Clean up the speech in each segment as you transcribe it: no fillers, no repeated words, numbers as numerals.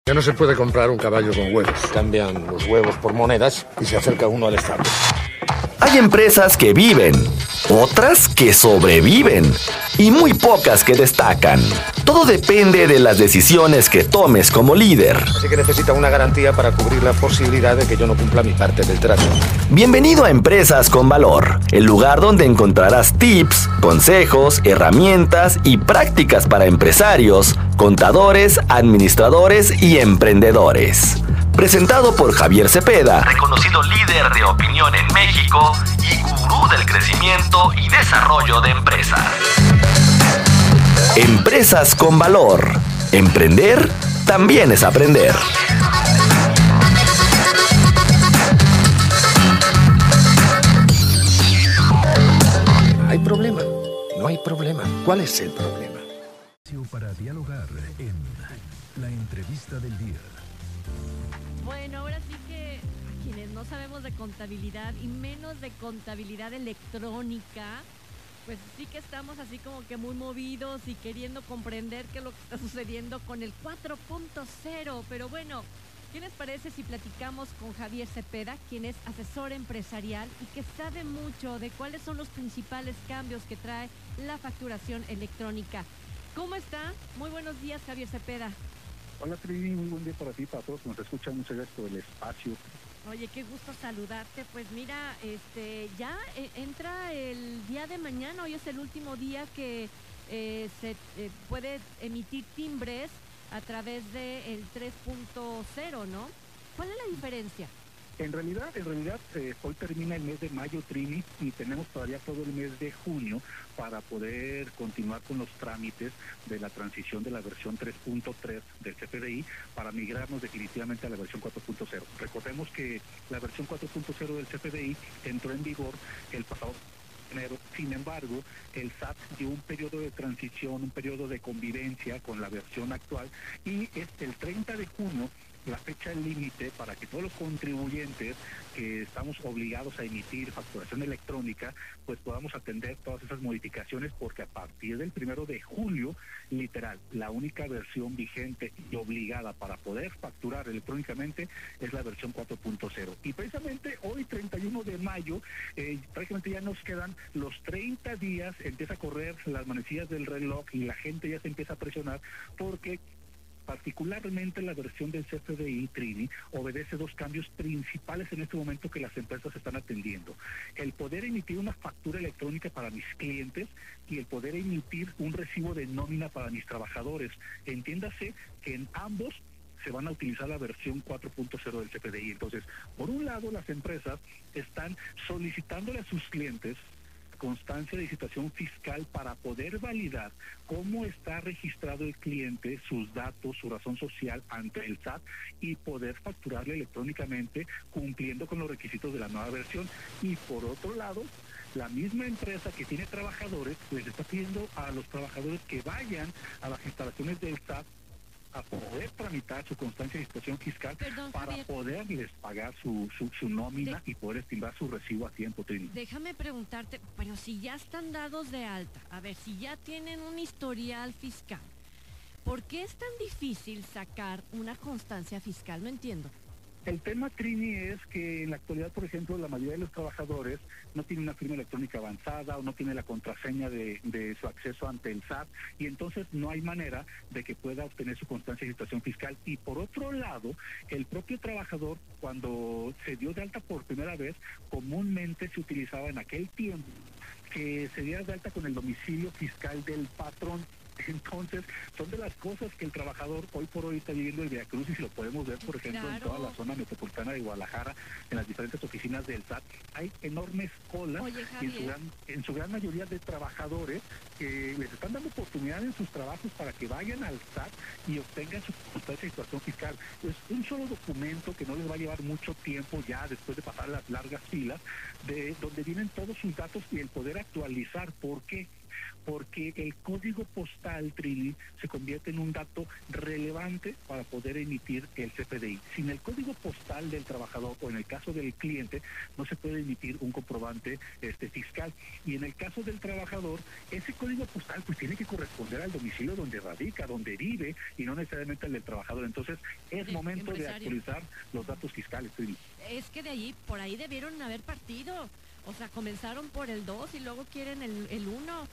Ya no se puede comprar un caballo con huevos. Cambian los huevos por monedas y se acerca uno al Estado. Hay empresas que viven, otras que sobreviven y muy pocas que destacan. Todo depende de las decisiones que tomes como líder. Así que necesita una garantía para cubrir la posibilidad de que yo no cumpla mi parte del trato. Bienvenido a Empresas con Valor, el lugar donde encontrarás tips, consejos, herramientas y prácticas para empresarios, contadores, administradores y emprendedores. Presentado por Javier Cepeda, reconocido líder de opinión en México y gurú del crecimiento y desarrollo de empresas. Empresas con Valor. Emprender también es aprender. ¿Hay problema? No hay problema. ¿Cuál es el problema? Para dialogar en la entrevista del día. Bueno, ahora sí que a quienes no sabemos de contabilidad y menos de contabilidad electrónica, pues sí que estamos así como que muy movidos y queriendo comprender qué es lo que está sucediendo con el 4.0. Pero bueno, ¿qué les parece si platicamos con Javier Cepeda, quien es asesor empresarial y que sabe mucho de cuáles son los principales cambios que trae la facturación electrónica? ¿Cómo está? Muy buenos días, Javier Cepeda. Hola, Trini, muy buen día para ti, para todos que nos escuchan. Muchas gracias por el espacio. Oye, qué gusto saludarte. Pues mira, ya entra el día de mañana. Hoy es el último día que se puede emitir timbres a través del 3.0, ¿no? ¿Cuál es la diferencia? En realidad, hoy termina el mes de mayo, Trini, y tenemos todavía todo el mes de junio para poder continuar con los trámites de la transición de la versión 3.3 del CFDI para migrarnos definitivamente a la versión 4.0. Recordemos que la versión 4.0 del CFDI entró en vigor el pasado enero. Sin embargo, el SAT dio un periodo de transición, un periodo de convivencia con la versión actual, y es el 30 de junio la fecha límite para que todos los contribuyentes que estamos obligados a emitir facturación electrónica, pues podamos atender todas esas modificaciones, porque a partir del 1 de julio, literal, la única versión vigente y obligada para poder facturar electrónicamente es la versión 4.0. Y precisamente hoy, 31 de mayo, prácticamente ya nos quedan los 30 días, empieza a correr las manecillas del reloj y la gente ya se empieza a presionar porque particularmente la versión del CFDI, Trini, obedece dos cambios principales en este momento que las empresas están atendiendo: el poder emitir una factura electrónica para mis clientes y el poder emitir un recibo de nómina para mis trabajadores. Entiéndase que en ambos se van a utilizar la versión 4.0 del CFDI. Entonces, por un lado, las empresas están solicitándole a sus clientes constancia de situación fiscal para poder validar cómo está registrado el cliente, sus datos, su razón social ante el SAT, y poder facturarle electrónicamente cumpliendo con los requisitos de la nueva versión. Y por otro lado, la misma empresa que tiene trabajadores, pues está pidiendo a los trabajadores que vayan a las instalaciones del SAT a poder tramitar su constancia de situación fiscal. Para Javier, poderles pagar su nómina y poder estimbrar su recibo a tiempo, Trini. Déjame preguntarte, pero si ya están dados de alta, a ver, si ya tienen un historial fiscal, ¿por qué es tan difícil sacar una constancia fiscal? No entiendo. El tema, Trini, es que en la actualidad, por ejemplo, la mayoría de los trabajadores no tienen una firma electrónica avanzada o no tiene la contraseña de su acceso ante el SAT, y entonces no hay manera de que pueda obtener su constancia de situación fiscal. Y por otro lado, el propio trabajador, cuando se dio de alta por primera vez, comúnmente se utilizaba en aquel tiempo que se diera de alta con el domicilio fiscal del patrón. Entonces, son de las cosas que el trabajador hoy por hoy está viviendo el viacrucis, y lo podemos ver, por ejemplo, en toda la zona metropolitana de Guadalajara, en las diferentes oficinas del SAT. Hay enormes colas. Oye, y en su gran mayoría de trabajadores que les están dando oportunidad en sus trabajos para que vayan al SAT y obtengan su constancia de situación fiscal. Es un solo documento que no les va a llevar mucho tiempo ya después de pasar las largas filas, de donde vienen todos sus datos y el poder actualizar. ¿Por qué? Porque el código postal, Trini, se convierte en un dato relevante para poder emitir el CFDI. Sin el código postal del trabajador o en el caso del cliente no se puede emitir un comprobante fiscal. Y en el caso del trabajador, ese código postal pues tiene que corresponder al domicilio donde radica, donde vive y no necesariamente al del trabajador. Entonces es momento de actualizar los datos fiscales, Trini. Es que de allí, por ahí debieron haber partido. O sea, comenzaron por el 2 y luego quieren el 1.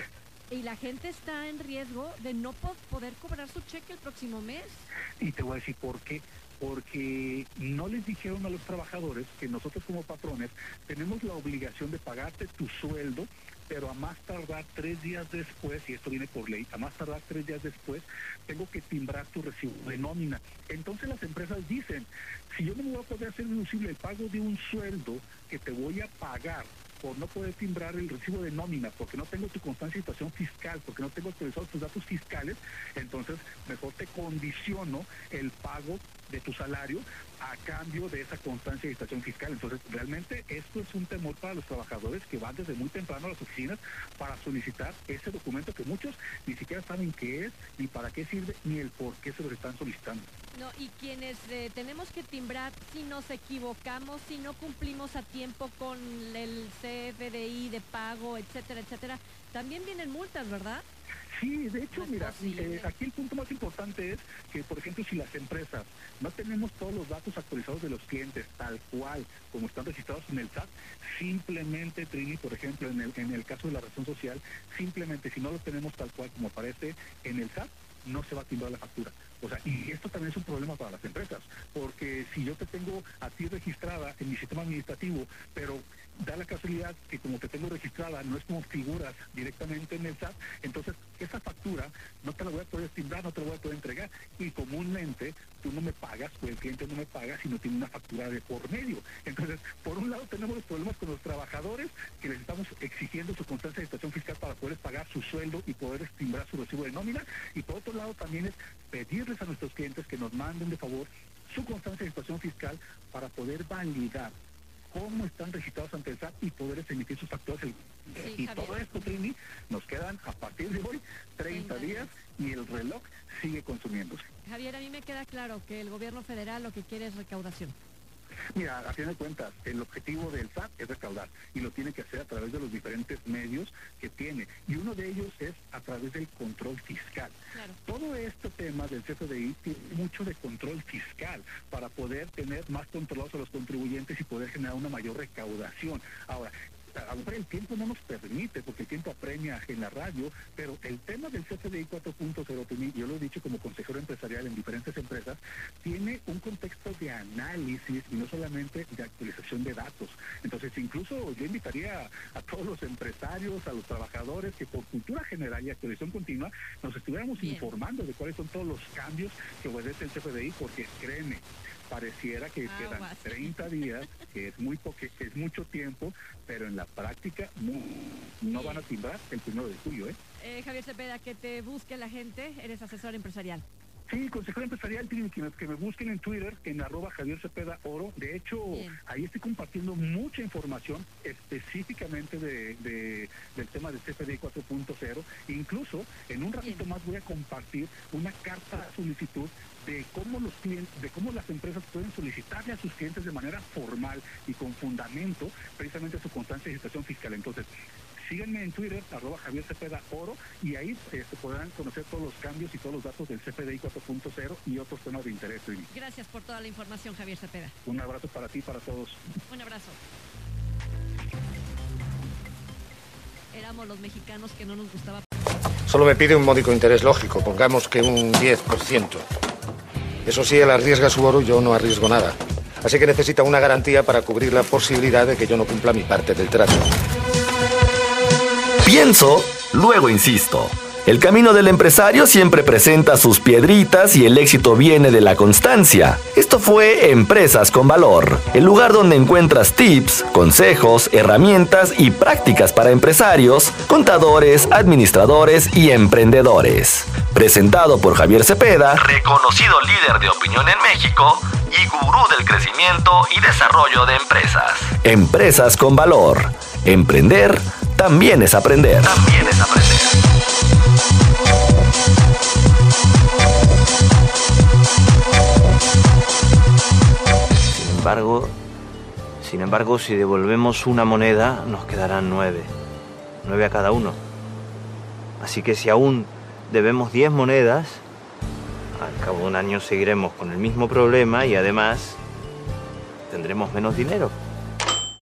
Y la gente está en riesgo de no poder cobrar su cheque el próximo mes. Y te voy a decir por qué. Porque no les dijeron a los trabajadores que nosotros como patrones tenemos la obligación de pagarte tu sueldo, pero a más tardar 3 días después, y esto viene por ley, a más tardar 3 días después, tengo que timbrar tu recibo de nómina. Entonces las empresas dicen, si yo no me voy a poder hacer deducible el pago de un sueldo que te voy a pagar por no poder timbrar el recibo de nómina, porque no tengo tu constancia de situación fiscal, porque no tengo actualizados tus datos fiscales, entonces mejor te condiciono el pago de tu salario a cambio de esa constancia de situación fiscal. Entonces, realmente esto es un temor para los trabajadores que van desde muy temprano a las oficinas para solicitar ese documento que muchos ni siquiera saben qué es, ni para qué sirve, ni el por qué se los están solicitando. No, y quienes tenemos que timbrar si nos equivocamos, si no cumplimos a tiempo con el CFDI de pago, etcétera, etcétera, también vienen multas, ¿verdad? Sí, de hecho, mira, aquí el punto más importante es que, por ejemplo, si las empresas no tenemos todos los datos actualizados de los clientes tal cual como están registrados en el SAT, simplemente, Trini, por ejemplo, en el caso de la razón social, simplemente si no lo tenemos tal cual como aparece en el SAT, no se va a timbrar la factura. O sea, y esto también es un problema para las empresas, porque si yo te tengo a ti registrada en mi sistema administrativo, pero da la casualidad que como te tengo registrada no es como figuras directamente en el SAT, entonces esa factura no te la voy a poder timbrar, no te la voy a poder entregar, y comúnmente tú no me pagas o el cliente no me paga si no tiene una factura de por medio. Entonces, por un lado tenemos los problemas con los trabajadores, que les estamos exigiendo su constancia de situación fiscal para poder pagar su sueldo y poder timbrar su recibo de nómina, y por otro lado también es pedirles a nuestros clientes que nos manden de favor su constancia de situación fiscal para poder validar cómo están registrados ante el SAT y poder emitir sus facturas. Y Javier, todo esto, Trini, nos quedan a partir de hoy 30 días y el reloj sigue consumiéndose. Javier, a mí me queda claro que el gobierno federal lo que quiere es recaudación. Mira, a fin de cuentas, el objetivo del SAT es recaudar y lo tiene que hacer a través de los diferentes medios que tiene, y uno de ellos es a través del control fiscal. Claro. Todo este tema del CFDI tiene mucho de control fiscal para poder tener más controlados a los contribuyentes y poder generar una mayor recaudación. Ahora, a lo mejor el tiempo no nos permite, porque el tiempo apremia en la radio, pero el tema del CFDI 4.0, yo lo he dicho como consejero empresarial en diferentes empresas, tiene un contexto de análisis y no solamente de actualización de datos. Entonces, incluso yo invitaría a todos los empresarios, a los trabajadores, que por cultura general y actualización continua nos estuviéramos informando de cuáles son todos los cambios que obedece el CFDI, porque créeme, pareciera que quedan 30 días, que es mucho tiempo, pero en la práctica no van a timbrar el 1 de julio. Javier Cepeda, que te busque la gente, eres asesor empresarial. Sí, consejero empresarial, que me busquen en Twitter, en @JavierCepedaOro. De hecho, ahí estoy compartiendo mucha información específicamente del tema del CFDI 4.0. Incluso, en un ratito más voy a compartir una carta de solicitud de cómo los clientes, de cómo las empresas pueden solicitarle a sus clientes de manera formal y con fundamento precisamente su constancia de situación fiscal. Entonces, síganme en Twitter, @JavierCepedaOro, y ahí podrán conocer todos los cambios y todos los datos del CFDI 4.0 y otros temas de interés. Gracias por toda la información, Javier Cepeda. Un abrazo para ti y para todos. Un abrazo. Éramos los mexicanos que no nos gustaba. Solo me pide un módico interés lógico, pongamos que un 10%. Eso sí, él arriesga su oro y yo no arriesgo nada. Así que necesita una garantía para cubrir la posibilidad de que yo no cumpla mi parte del trato. Pienso, luego insisto. El camino del empresario siempre presenta sus piedritas y el éxito viene de la constancia. Esto fue Empresas con Valor, el lugar donde encuentras tips, consejos, herramientas y prácticas para empresarios, contadores, administradores y emprendedores. Presentado por Javier Cepeda, reconocido líder de opinión en México y gurú del crecimiento y desarrollo de empresas. Empresas con Valor. Emprender también es aprender. Sin embargo, si devolvemos una moneda, nos quedarán 9. 9 a cada uno. Así que si aún debemos 10 monedas, al cabo de un año seguiremos con el mismo problema y además tendremos menos dinero.